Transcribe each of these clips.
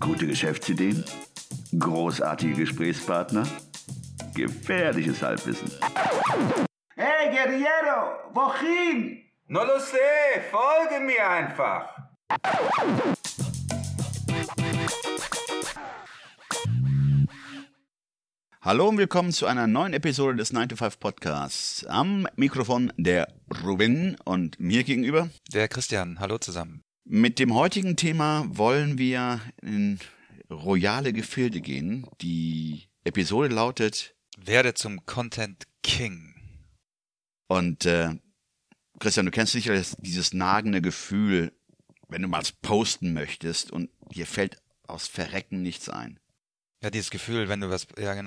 Gute Geschäftsideen? Großartige Gesprächspartner? Gefährliches Halbwissen. Hey Guerriero, wohin? No lo sé, folge mir einfach. Hallo und willkommen zu einer neuen Episode des 9 to 5 Podcasts. Am Mikrofon der Ruben und mir gegenüber der Christian. Hallo zusammen. Mit dem heutigen Thema wollen wir in royale Gefilde gehen. Die Episode lautet: Werde zum Content King. Und Christian, du kennst sicher dieses nagende Gefühl, wenn du mal posten möchtest und dir fällt aus Verrecken nichts ein. Ja, dieses Gefühl, du hast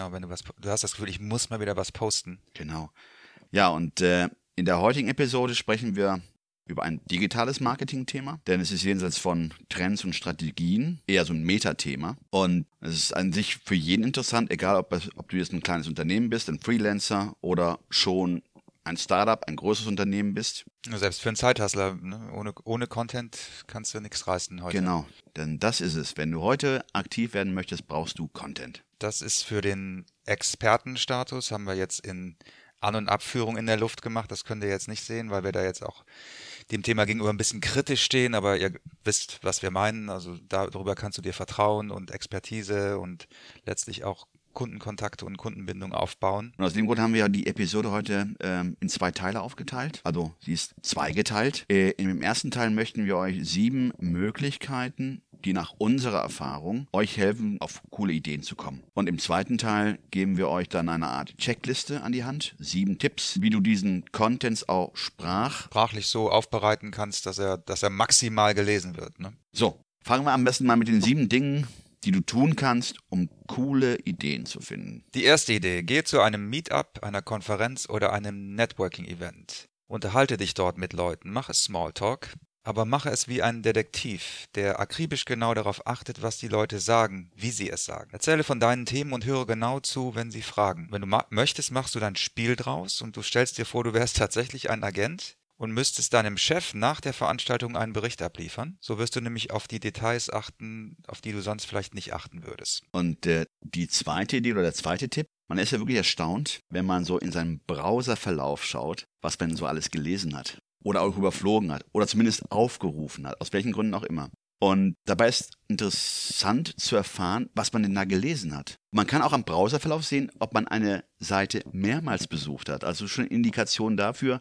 das Gefühl, ich muss mal wieder was posten. Genau. Ja, und in der heutigen Episode sprechen wir über ein digitales Marketing-Thema, denn es ist jenseits von Trends und Strategien eher so ein Metathema. Und es ist an sich für jeden interessant, egal ob du jetzt ein kleines Unternehmen bist, ein Freelancer oder schon ein Startup, ein großes Unternehmen bist. Selbst für einen Zeithustler, ne? Ohne Content kannst du nichts reißen heute. Genau, denn das ist es. Wenn du heute aktiv werden möchtest, brauchst du Content. Das ist für den Expertenstatus, haben wir jetzt in An- und Abführung in der Luft gemacht. Das könnt ihr jetzt nicht sehen, weil wir da jetzt auch dem Thema gegenüber ein bisschen kritisch stehen, aber ihr wisst, was wir meinen. Also darüber kannst du dir Vertrauen und Expertise und letztlich auch Kundenkontakte und Kundenbindung aufbauen. Und aus dem Grund haben wir die Episode heute in 2 Teile aufgeteilt. Also sie ist zweigeteilt. In dem ersten Teil möchten wir euch 7 Möglichkeiten, die nach unserer Erfahrung euch helfen, auf coole Ideen zu kommen. Und im zweiten Teil geben wir euch dann eine Art Checkliste an die Hand. 7 Tipps, wie du diesen Contents auch sprachlich so aufbereiten kannst, dass er maximal gelesen wird. Ne? So, fangen wir am besten mal mit den 7 Dingen, die du tun kannst, um coole Ideen zu finden. Die erste Idee: Geh zu einem Meetup, einer Konferenz oder einem Networking-Event. Unterhalte dich dort mit Leuten, mache Smalltalk, aber mache es wie ein Detektiv, der akribisch genau darauf achtet, was die Leute sagen, wie sie es sagen. Erzähle von deinen Themen und höre genau zu, wenn sie fragen. Wenn du möchtest, machst du dann ein Spiel draus und du stellst dir vor, du wärst tatsächlich ein Agent und müsstest deinem Chef nach der Veranstaltung einen Bericht abliefern. So wirst du nämlich auf die Details achten, auf die du sonst vielleicht nicht achten würdest. Und die zweite Idee oder der zweite Tipp: Man ist ja wirklich erstaunt, wenn man so in seinem Browserverlauf schaut, was man so alles gelesen hat oder auch überflogen hat oder zumindest aufgerufen hat, aus welchen Gründen auch immer. Und dabei ist interessant zu erfahren, was man denn da gelesen hat. Man kann auch am Browserverlauf sehen, ob man eine Seite mehrmals besucht hat. Also schon Indikationen dafür,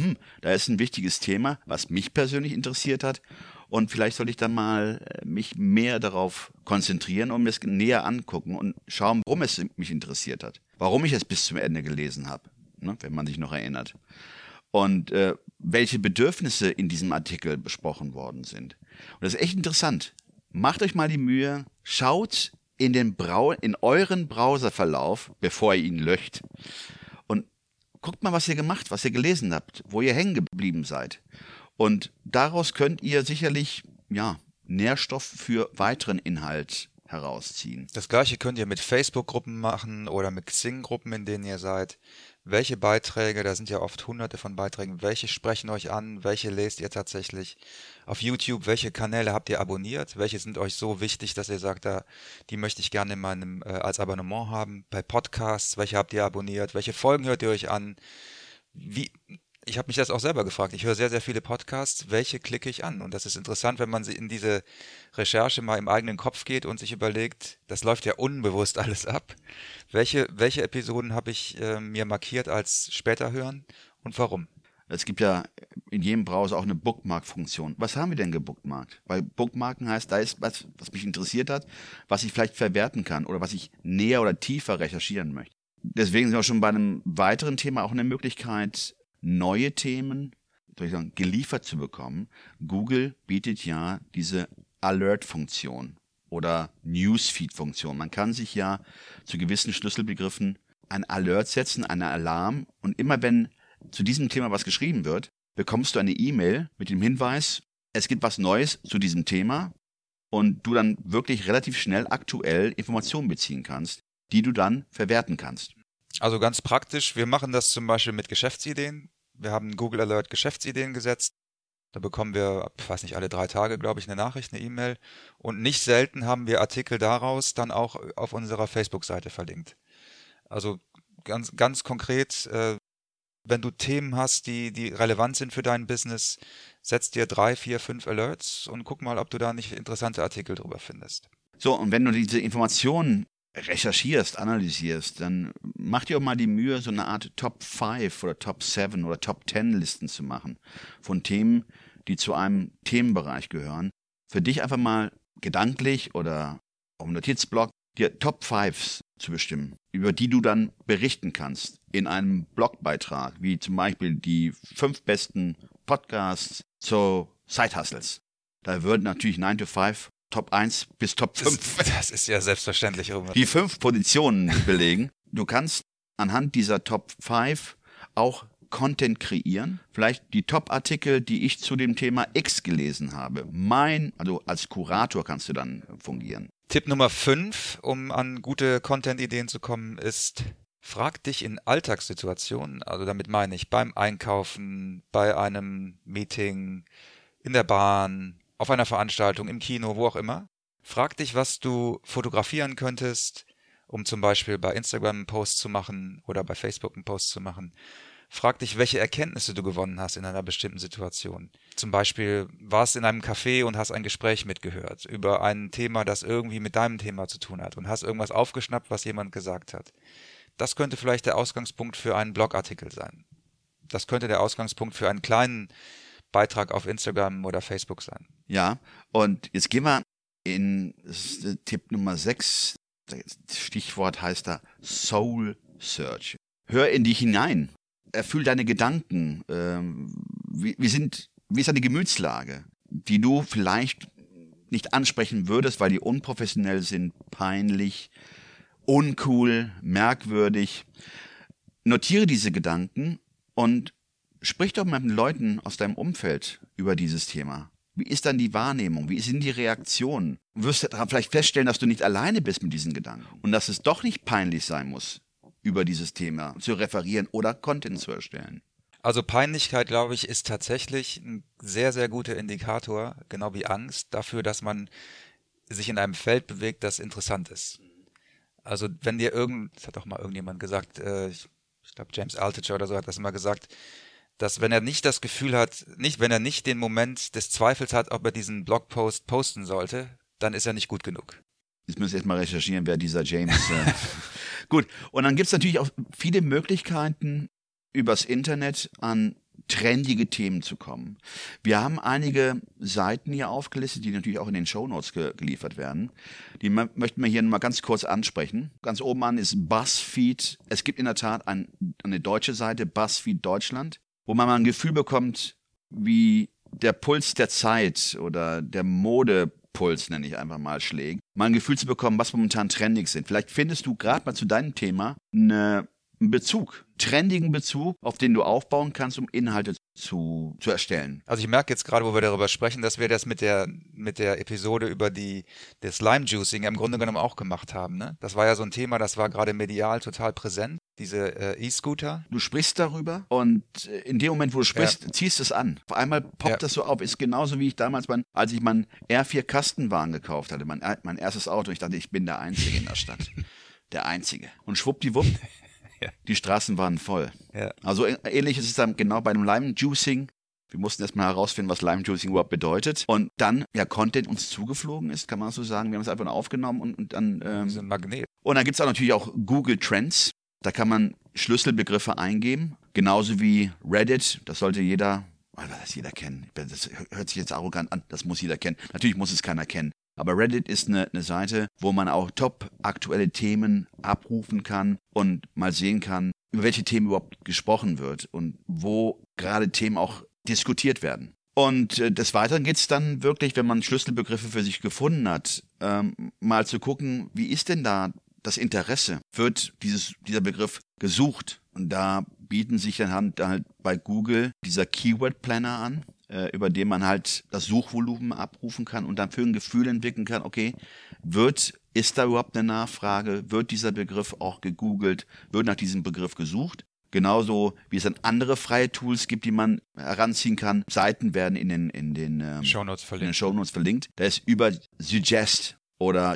da ist ein wichtiges Thema, was mich persönlich interessiert hat. Und vielleicht sollte ich dann mal mich mehr darauf konzentrieren und mir es näher angucken und schauen, warum es mich interessiert hat. Warum ich es bis zum Ende gelesen habe, ne, wenn man sich noch erinnert. Und welche Bedürfnisse in diesem Artikel besprochen worden sind. Und das ist echt interessant. Macht euch mal die Mühe, schaut in euren Browserverlauf, bevor ihr ihn löscht, und guckt mal, was ihr gelesen habt, wo ihr hängen geblieben seid. Und daraus könnt ihr sicherlich Nährstoff für weiteren Inhalt herausziehen. Das gleiche könnt ihr mit Facebook-Gruppen machen oder mit Xing-Gruppen, in denen ihr seid. Welche Beiträge, da sind ja oft hunderte von Beiträgen, welche sprechen euch an, welche lest ihr tatsächlich? Auf YouTube, welche Kanäle habt ihr abonniert? Welche sind euch so wichtig, dass ihr sagt, die möchte ich gerne in meinem als Abonnement haben? Bei Podcasts, welche habt ihr abonniert? Welche Folgen hört ihr euch an? Ich habe mich das auch selber gefragt. Ich höre sehr, sehr viele Podcasts. Welche klicke ich an? Und das ist interessant, wenn man in diese Recherche mal im eigenen Kopf geht und sich überlegt, das läuft ja unbewusst alles ab. Welche Episoden habe ich mir markiert als später hören und warum? Es gibt ja in jedem Browser auch eine Bookmark-Funktion. Was haben wir denn gebookmarkt? Weil Bookmarken heißt, da ist was mich interessiert hat, was ich vielleicht verwerten kann oder was ich näher oder tiefer recherchieren möchte. Deswegen sind wir schon bei einem weiteren Thema auch eine Möglichkeit, neue Themen geliefert zu bekommen. Google bietet ja diese Alert-Funktion oder Newsfeed-Funktion. Man kann sich ja zu gewissen Schlüsselbegriffen ein Alert setzen, einen Alarm, und immer wenn zu diesem Thema was geschrieben wird, bekommst du eine E-Mail mit dem Hinweis, es gibt was Neues zu diesem Thema, und du dann wirklich relativ schnell aktuell Informationen beziehen kannst, die du dann verwerten kannst. Also ganz praktisch, wir machen das zum Beispiel mit Geschäftsideen. Wir haben Google Alert Geschäftsideen gesetzt. Da bekommen wir, weiß nicht, alle 3 Tage, glaube ich, eine Nachricht, eine E-Mail. Und nicht selten haben wir Artikel daraus dann auch auf unserer Facebook-Seite verlinkt. Also ganz, ganz konkret, wenn du Themen hast, die relevant sind für dein Business, setz dir 3, 4, 5 Alerts und guck mal, ob du da nicht interessante Artikel drüber findest. So, und wenn du diese Informationen recherchierst, analysierst, dann mach dir auch mal die Mühe, so eine Art Top 5 oder Top 7 oder Top 10 Listen zu machen von Themen, die zu einem Themenbereich gehören. Für dich einfach mal gedanklich oder auf dem Notizblock dir Top 5 zu bestimmen, über die du dann berichten kannst in einem Blogbeitrag, wie zum Beispiel die 5 besten Podcasts zu Side-Hustles. Da würden natürlich 9 to 5 Top 1 bis Top 5 Das ist ja selbstverständlich. die 5 Positionen belegen. Du kannst anhand dieser Top 5 auch Content kreieren. Vielleicht die Top-Artikel, die ich zu dem Thema X gelesen habe. Also als Kurator kannst du dann fungieren. Tipp Nummer 5, um an gute Content-Ideen zu kommen, ist: Frag dich in Alltagssituationen, also damit meine ich beim Einkaufen, bei einem Meeting, in der Bahn, auf einer Veranstaltung, im Kino, wo auch immer. Frag dich, was du fotografieren könntest, um zum Beispiel bei Instagram einen Post zu machen oder bei Facebook einen Post zu machen. Frag dich, welche Erkenntnisse du gewonnen hast in einer bestimmten Situation. Zum Beispiel warst in einem Café und hast ein Gespräch mitgehört über ein Thema, das irgendwie mit deinem Thema zu tun hat und hast irgendwas aufgeschnappt, was jemand gesagt hat. Das könnte vielleicht der Ausgangspunkt für einen Blogartikel sein. Das könnte der Ausgangspunkt für einen kleinen Beitrag auf Instagram oder Facebook sein. Ja, und jetzt gehen wir in Tipp Nummer 6. Das Stichwort heißt da Soul Search. Hör in dich hinein. Erfüll deine Gedanken. Wie ist deine Gemütslage, die du vielleicht nicht ansprechen würdest, weil die unprofessionell sind, peinlich, uncool, merkwürdig. Notiere diese Gedanken und sprich doch mit den Leuten aus deinem Umfeld über dieses Thema. Wie ist dann die Wahrnehmung? Wie sind die Reaktionen? Du wirst vielleicht feststellen, dass du nicht alleine bist mit diesen Gedanken und dass es doch nicht peinlich sein muss, über dieses Thema zu referieren oder Content zu erstellen. Also Peinlichkeit, glaube ich, ist tatsächlich ein sehr, sehr guter Indikator, genau wie Angst, dafür, dass man sich in einem Feld bewegt, das interessant ist. Also wenn dir das hat auch mal irgendjemand gesagt, ich glaube James Altucher oder so hat das immer gesagt, dass wenn er nicht das Gefühl hat, wenn er nicht den Moment des Zweifels hat, ob er diesen Blogpost posten sollte, dann ist er nicht gut genug. Jetzt müssen wir erstmal recherchieren, wer dieser James Gut, und dann gibt es natürlich auch viele Möglichkeiten, übers Internet an trendige Themen zu kommen. Wir haben einige Seiten hier aufgelistet, die natürlich auch in den Shownotes geliefert werden. Die möchten wir hier mal ganz kurz ansprechen. Ganz oben an ist BuzzFeed. Es gibt in der Tat eine deutsche Seite, BuzzFeed Deutschland, wo man mal ein Gefühl bekommt, wie der Puls der Zeit oder der Modepuls, nenne ich einfach mal, schlägt. Mal ein Gefühl zu bekommen, was momentan trendig sind. Vielleicht findest du gerade mal zu deinem Thema einen trendigen Bezug, auf den du aufbauen kannst, um Inhalte zu erstellen. Also ich merke jetzt gerade, wo wir darüber sprechen, dass wir das mit der Episode über das Lime-Juicing im Grunde genommen auch gemacht haben. Ne? Das war ja so ein Thema, das war gerade medial total präsent, diese E-Scooter. Du sprichst darüber und in dem Moment, wo du sprichst, ziehst du es an. Auf einmal poppt das so auf. Ist genauso wie ich damals, als ich meinen R4 Kastenwagen gekauft hatte, mein erstes Auto. Ich dachte, ich bin der Einzige in der Stadt. Der Einzige. Und schwuppdiwupp. Ja. Die Straßen waren voll. Ja. Also ähnlich ist es dann genau bei dem Lime-Juicing. Wir mussten erstmal herausfinden, was Lime-Juicing überhaupt bedeutet. Und dann, Content uns zugeflogen ist, kann man so sagen. Wir haben es einfach nur aufgenommen und dann... so ein Magnet. Und dann gibt es auch natürlich auch Google Trends. Da kann man Schlüsselbegriffe eingeben. Genauso wie Reddit. Das sollte jeder kennen. Das hört sich jetzt arrogant an. Das muss jeder kennen. Natürlich muss es keiner kennen. Aber Reddit ist eine Seite, wo man auch top aktuelle Themen abrufen kann und mal sehen kann, über welche Themen überhaupt gesprochen wird und wo gerade Themen auch diskutiert werden. Und des Weiteren geht es dann wirklich, wenn man Schlüsselbegriffe für sich gefunden hat, mal zu gucken, wie ist denn da das Interesse? Wird dieser Begriff gesucht? Und da bieten sich dann halt bei Google dieser Keyword Planner an, über den man halt das Suchvolumen abrufen kann und dann für ein Gefühl entwickeln kann, okay, ist da überhaupt eine Nachfrage? Wird dieser Begriff auch gegoogelt? Wird nach diesem Begriff gesucht? Genauso wie es dann andere freie Tools gibt, die man heranziehen kann. Seiten werden in den Shownotes verlinkt. Da ist über Suggest oder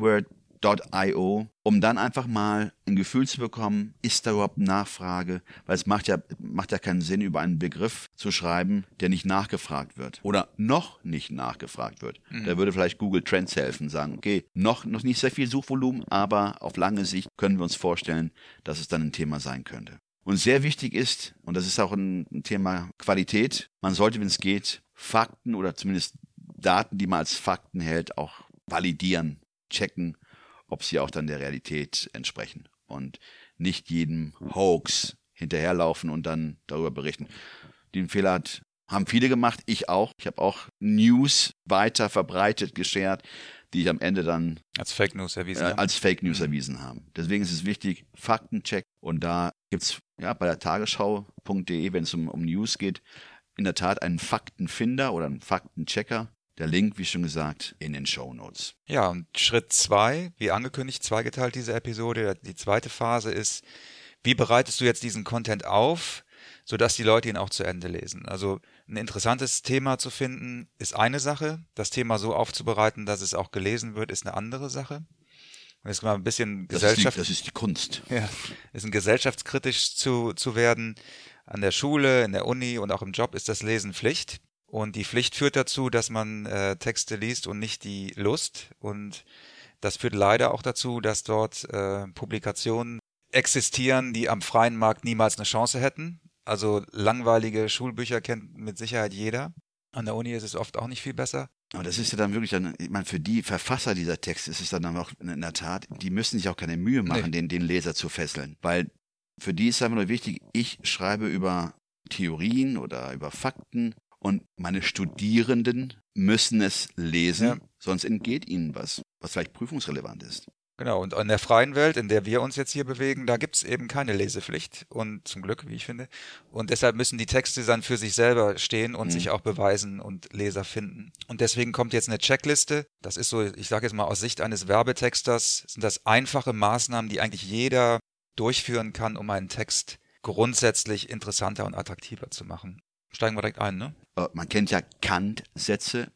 Keyword.io, um dann einfach mal ein Gefühl zu bekommen, ist da überhaupt Nachfrage? Weil es macht ja keinen Sinn, über einen Begriff zu schreiben, der nicht nachgefragt wird oder noch nicht nachgefragt wird. Da würde vielleicht Google Trends helfen, sagen, okay, noch nicht sehr viel Suchvolumen, aber auf lange Sicht können wir uns vorstellen, dass es dann ein Thema sein könnte. Und sehr wichtig ist, und das ist auch ein Thema Qualität, man sollte, wenn es geht, Fakten oder zumindest Daten, die man als Fakten hält, auch validieren, checken, ob sie auch dann der Realität entsprechen und nicht jedem Hoax hinterherlaufen und dann darüber berichten. Den Fehler haben viele gemacht, ich auch. Ich habe auch News weiter verbreitet, geshared, die ich am Ende dann als Fake News erwiesen haben. Deswegen ist es wichtig, Faktencheck. Und da gibt's bei der Tagesschau.de, wenn es um News geht, in der Tat einen Faktenfinder oder einen Faktenchecker. Der Link, wie schon gesagt, in den Shownotes. Ja, und Schritt 2, wie angekündigt, zweigeteilt diese Episode. Die zweite Phase ist, wie bereitest du jetzt diesen Content auf, sodass die Leute ihn auch zu Ende lesen? Also ein interessantes Thema zu finden, ist eine Sache. Das Thema so aufzubereiten, dass es auch gelesen wird, ist eine andere Sache. Und jetzt mal ein bisschen Das ist die Kunst. Ja, ist ein gesellschaftskritisch zu werden. An der Schule, in der Uni und auch im Job ist das Lesen Pflicht. Und die Pflicht führt dazu, dass man Texte liest und nicht die Lust. Und das führt leider auch dazu, dass dort Publikationen existieren, die am freien Markt niemals eine Chance hätten. Also langweilige Schulbücher kennt mit Sicherheit jeder. An der Uni ist es oft auch nicht viel besser. Aber das ist ja dann wirklich, ich meine, für die Verfasser dieser Texte ist es dann auch in der Tat, die müssen sich auch keine Mühe machen, den Leser zu fesseln. Weil für die ist einfach nur wichtig, ich schreibe über Theorien oder über Fakten und meine Studierenden müssen es lesen, sonst entgeht ihnen was vielleicht prüfungsrelevant ist. Genau, und in der freien Welt, in der wir uns jetzt hier bewegen, da gibt's eben keine Lesepflicht und zum Glück, wie ich finde. Und deshalb müssen die Texte dann für sich selber stehen und sich auch beweisen und Leser finden. Und deswegen kommt jetzt eine Checkliste. Das ist so, ich sage jetzt mal aus Sicht eines Werbetexters, sind das einfache Maßnahmen, die eigentlich jeder durchführen kann, um einen Text grundsätzlich interessanter und attraktiver zu machen. Steigen wir direkt ein, ne? Man kennt ja Kant-Sätze,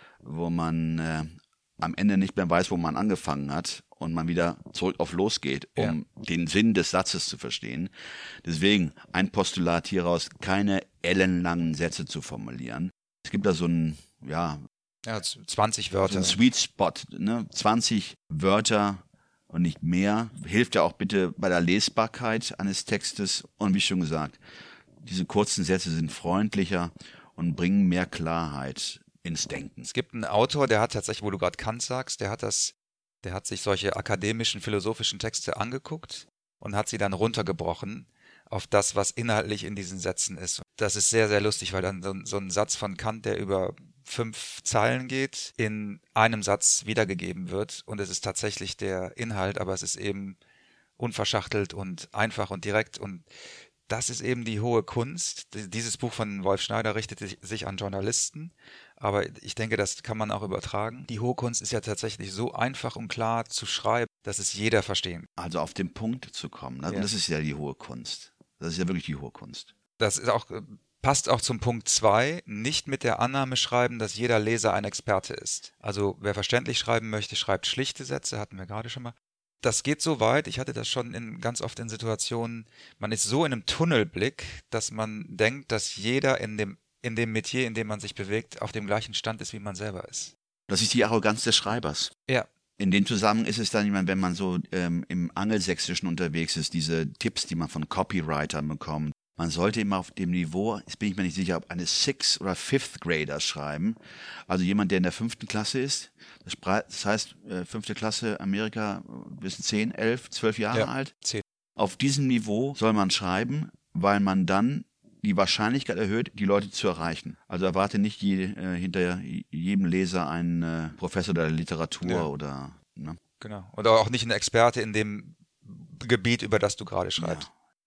wo man am Ende nicht mehr weiß, wo man angefangen hat und man wieder zurück auf Los geht, um den Sinn des Satzes zu verstehen. Deswegen ein Postulat hieraus, keine ellenlangen Sätze zu formulieren. Es gibt da so ein, 20 Wörter. So ein Sweet Spot, ne? 20 Wörter und nicht mehr. Hilft ja auch bitte bei der Lesbarkeit eines Textes. Und wie schon gesagt, diese kurzen Sätze sind freundlicher und bringen mehr Klarheit ins Denken. Es gibt einen Autor, der hat tatsächlich, wo du gerade Kant sagst, der hat sich solche akademischen, philosophischen Texte angeguckt und hat sie dann runtergebrochen auf das, was inhaltlich in diesen Sätzen ist. Das ist sehr, sehr lustig, weil dann so ein Satz von Kant, der über 5 Zeilen geht, in einem Satz wiedergegeben wird und es ist tatsächlich der Inhalt, aber es ist eben unverschachtelt und einfach und direkt und das ist eben die hohe Kunst. Dieses Buch von Wolf Schneider richtet sich an Journalisten, aber ich denke, das kann man auch übertragen. Die hohe Kunst ist ja tatsächlich so einfach und klar zu schreiben, dass es jeder verstehen kann. Also auf den Punkt zu kommen, ne? Ja. Das ist ja die hohe Kunst. Das ist ja wirklich die hohe Kunst. Das ist auch, passt auch zum Punkt 2, nicht mit der Annahme schreiben, dass jeder Leser ein Experte ist. Also wer verständlich schreiben möchte, schreibt schlichte Sätze, hatten wir gerade schon mal. Das geht so weit, ich hatte das schon ganz oft in Situationen, man ist so in einem Tunnelblick, dass man denkt, dass jeder in dem Metier, in dem man sich bewegt, auf dem gleichen Stand ist, wie man selber ist. Das ist die Arroganz des Schreibers. Ja. In dem Zusammenhang ist es dann, wenn man so im Angelsächsischen unterwegs ist, diese Tipps, die man von Copywritern bekommt. Man sollte immer auf dem Niveau, jetzt bin ich mir nicht sicher, ob eines 6- oder 5th Graders schreiben. Also jemand, der in der 5. Klasse ist. Das heißt, 5. Klasse Amerika bis 10, 11, 12 Jahre alt. 10. Auf diesem Niveau soll man schreiben, weil man dann die Wahrscheinlichkeit erhöht, die Leute zu erreichen. Also erwarte nicht hinter jedem Leser einen Professor der Literatur oder... Ne? Genau. Oder auch nicht ein Experte in dem Gebiet, über das du gerade schreibst. Ja.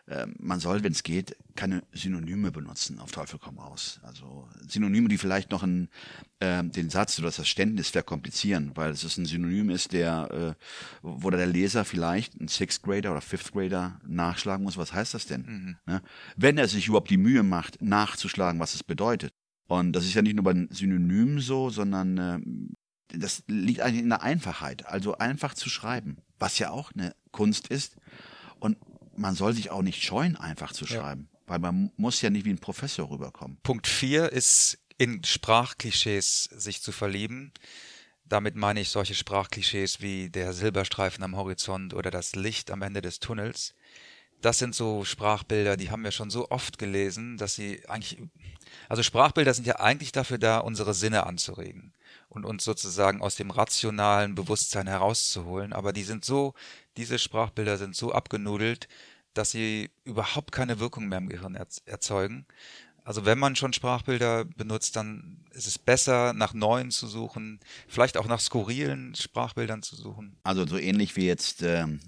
man soll, wenn es geht, keine Synonyme benutzen, auf Teufel komm raus. Also Synonyme, die vielleicht noch den Satz oder das Verständnis verkomplizieren, weil es ein Synonym ist, wo der Leser vielleicht ein Sixth Grader oder Fifth Grader nachschlagen muss. Was heißt das denn? Ne? Wenn er sich überhaupt die Mühe macht, nachzuschlagen, was es bedeutet. Und das ist ja nicht nur bei Synonymen so, sondern das liegt eigentlich in der Einfachheit. Also einfach zu schreiben, was ja auch eine Kunst ist. Und man soll sich auch nicht scheuen, einfach zu schreiben, weil man muss ja nicht wie ein Professor rüberkommen. Punkt 4 ist, in Sprachklischees sich zu verlieben. Damit meine ich solche Sprachklischees wie der Silberstreifen am Horizont oder das Licht am Ende des Tunnels. Das sind so Sprachbilder, die haben wir schon so oft gelesen, dass sie eigentlich, also Sprachbilder sind ja eigentlich dafür da, unsere Sinne anzuregen und uns sozusagen aus dem rationalen Bewusstsein herauszuholen, aber diese Sprachbilder sind so abgenudelt, dass sie überhaupt keine Wirkung mehr im Gehirn erzeugen. Also wenn man schon Sprachbilder benutzt, dann ist es besser, nach neuen zu suchen, vielleicht auch nach skurrilen Sprachbildern zu suchen. Also so ähnlich wie jetzt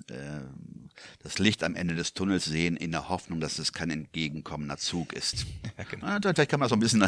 das Licht am Ende des Tunnels sehen, in der Hoffnung, dass es kein entgegenkommender Zug ist. Ja, genau. Vielleicht kann man so ein bisschen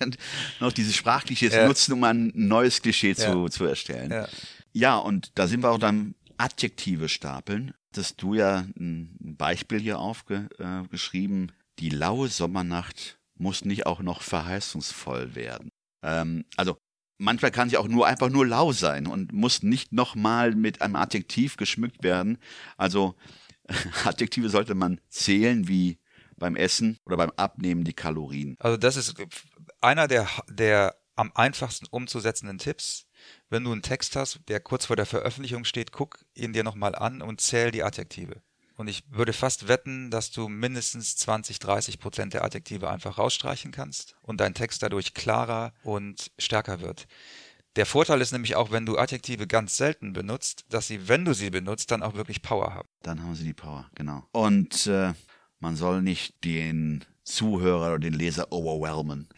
noch diese Sprachklischees nutzen, um ein neues Klischee zu erstellen. Ja, und da sind wir auch dann Adjektive stapeln. Hast du ja ein Beispiel hier aufgeschrieben. Die laue Sommernacht muss nicht auch noch verheißungsvoll werden. Also manchmal kann sie auch einfach nur lau sein und muss nicht nochmal mit einem Adjektiv geschmückt werden. Also Adjektive sollte man zählen wie beim Essen oder beim Abnehmen die Kalorien. Also das ist einer der am einfachsten umzusetzenden Tipps. Wenn du einen Text hast, der kurz vor der Veröffentlichung steht, guck ihn dir nochmal an und zähl die Adjektive. Und ich würde fast wetten, dass du mindestens 20-30% der Adjektive einfach rausstreichen kannst und dein Text dadurch klarer und stärker wird. Der Vorteil ist nämlich auch, wenn du Adjektive ganz selten benutzt, dass sie, wenn du sie benutzt, dann auch wirklich Power haben. Dann haben sie die Power, genau. Und man soll nicht den Zuhörer oder den Leser overwhelmen.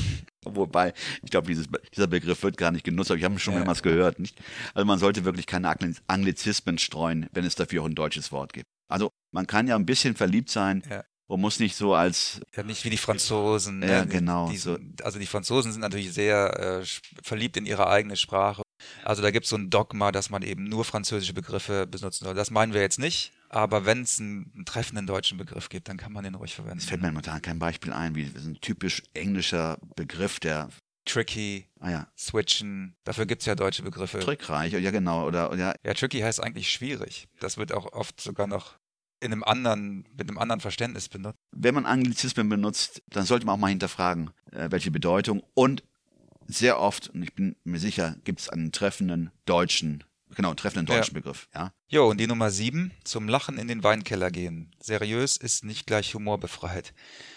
Wobei, ich glaube, dieser Begriff wird gar nicht genutzt, aber ich habe schon mehrmals gehört. Nicht? Also man sollte wirklich keine Anglizismen streuen, wenn es dafür auch ein deutsches Wort gibt. Also man kann ja ein bisschen verliebt sein und muss nicht so als... Ja, nicht wie die Franzosen. Ja, genau. Also die Franzosen sind natürlich sehr verliebt in ihre eigene Sprache. Also da gibt es so ein Dogma, dass man eben nur französische Begriffe benutzen soll. Das meinen wir jetzt nicht. Aber wenn es einen treffenden deutschen Begriff gibt, dann kann man den ruhig verwenden. Es fällt mir momentan kein Beispiel ein, wie ein typisch englischer Begriff, der... Tricky, switchen, dafür gibt es ja deutsche Begriffe. Trickreich, ja genau. Ja, tricky heißt eigentlich schwierig. Das wird auch oft sogar noch mit einem anderen Verständnis benutzt. Wenn man Anglizismen benutzt, dann sollte man auch mal hinterfragen, welche Bedeutung. Und sehr oft, und ich bin mir sicher, gibt es einen treffenden deutschen Begriff. Ja. Jo, und die Nummer 7, zum Lachen in den Weinkeller gehen. Seriös ist nicht gleich humorbefreit.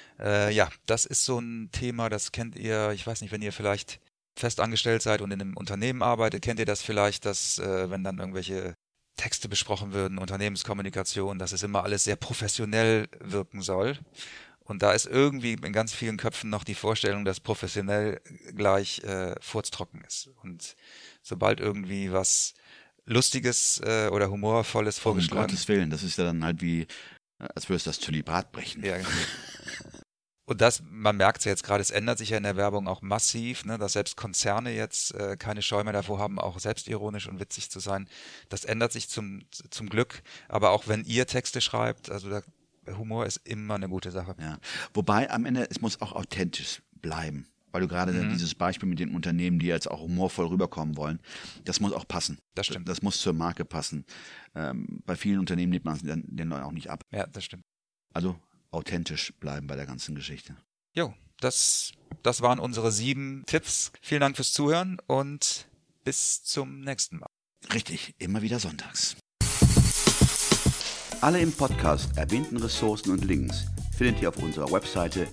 Das ist so ein Thema, das kennt ihr, ich weiß nicht, wenn ihr vielleicht fest angestellt seid und in einem Unternehmen arbeitet, kennt ihr das vielleicht, dass wenn dann irgendwelche Texte besprochen würden, Unternehmenskommunikation, dass es immer alles sehr professionell wirken soll. Und da ist irgendwie in ganz vielen Köpfen noch die Vorstellung, dass professionell gleich furztrocken ist. Und sobald irgendwie was Lustiges oder Humorvolles vorgeschlagen wird. Um Gottes Willen, das ist ja dann halt wie, als würdest du das Zölibat brechen. Ja, genau. Und man merkt es ja jetzt gerade, es ändert sich ja in der Werbung auch massiv, ne, dass selbst Konzerne jetzt keine Scheu mehr davor haben, auch selbstironisch und witzig zu sein. Das ändert sich zum Glück. Aber auch wenn ihr Texte schreibt, also Humor ist immer eine gute Sache. Ja. Wobei am Ende, es muss auch authentisch bleiben. Weil du gerade dieses Beispiel mit den Unternehmen, die jetzt auch humorvoll rüberkommen wollen, das muss auch passen. Das stimmt. Das muss zur Marke passen. Bei vielen Unternehmen nimmt man es den Leuten auch nicht ab. Ja, das stimmt. Also authentisch bleiben bei der ganzen Geschichte. Jo, das waren unsere 7 Tipps. Vielen Dank fürs Zuhören und bis zum nächsten Mal. Richtig, immer wieder sonntags. Alle im Podcast erwähnten Ressourcen und Links findet ihr auf unserer Webseite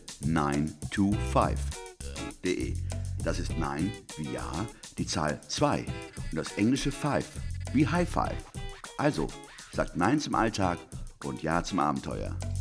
925.de. Das ist 9 wie Ja, die Zahl 2 und das englische 5 wie High Five. Also, sagt Nein zum Alltag und Ja zum Abenteuer.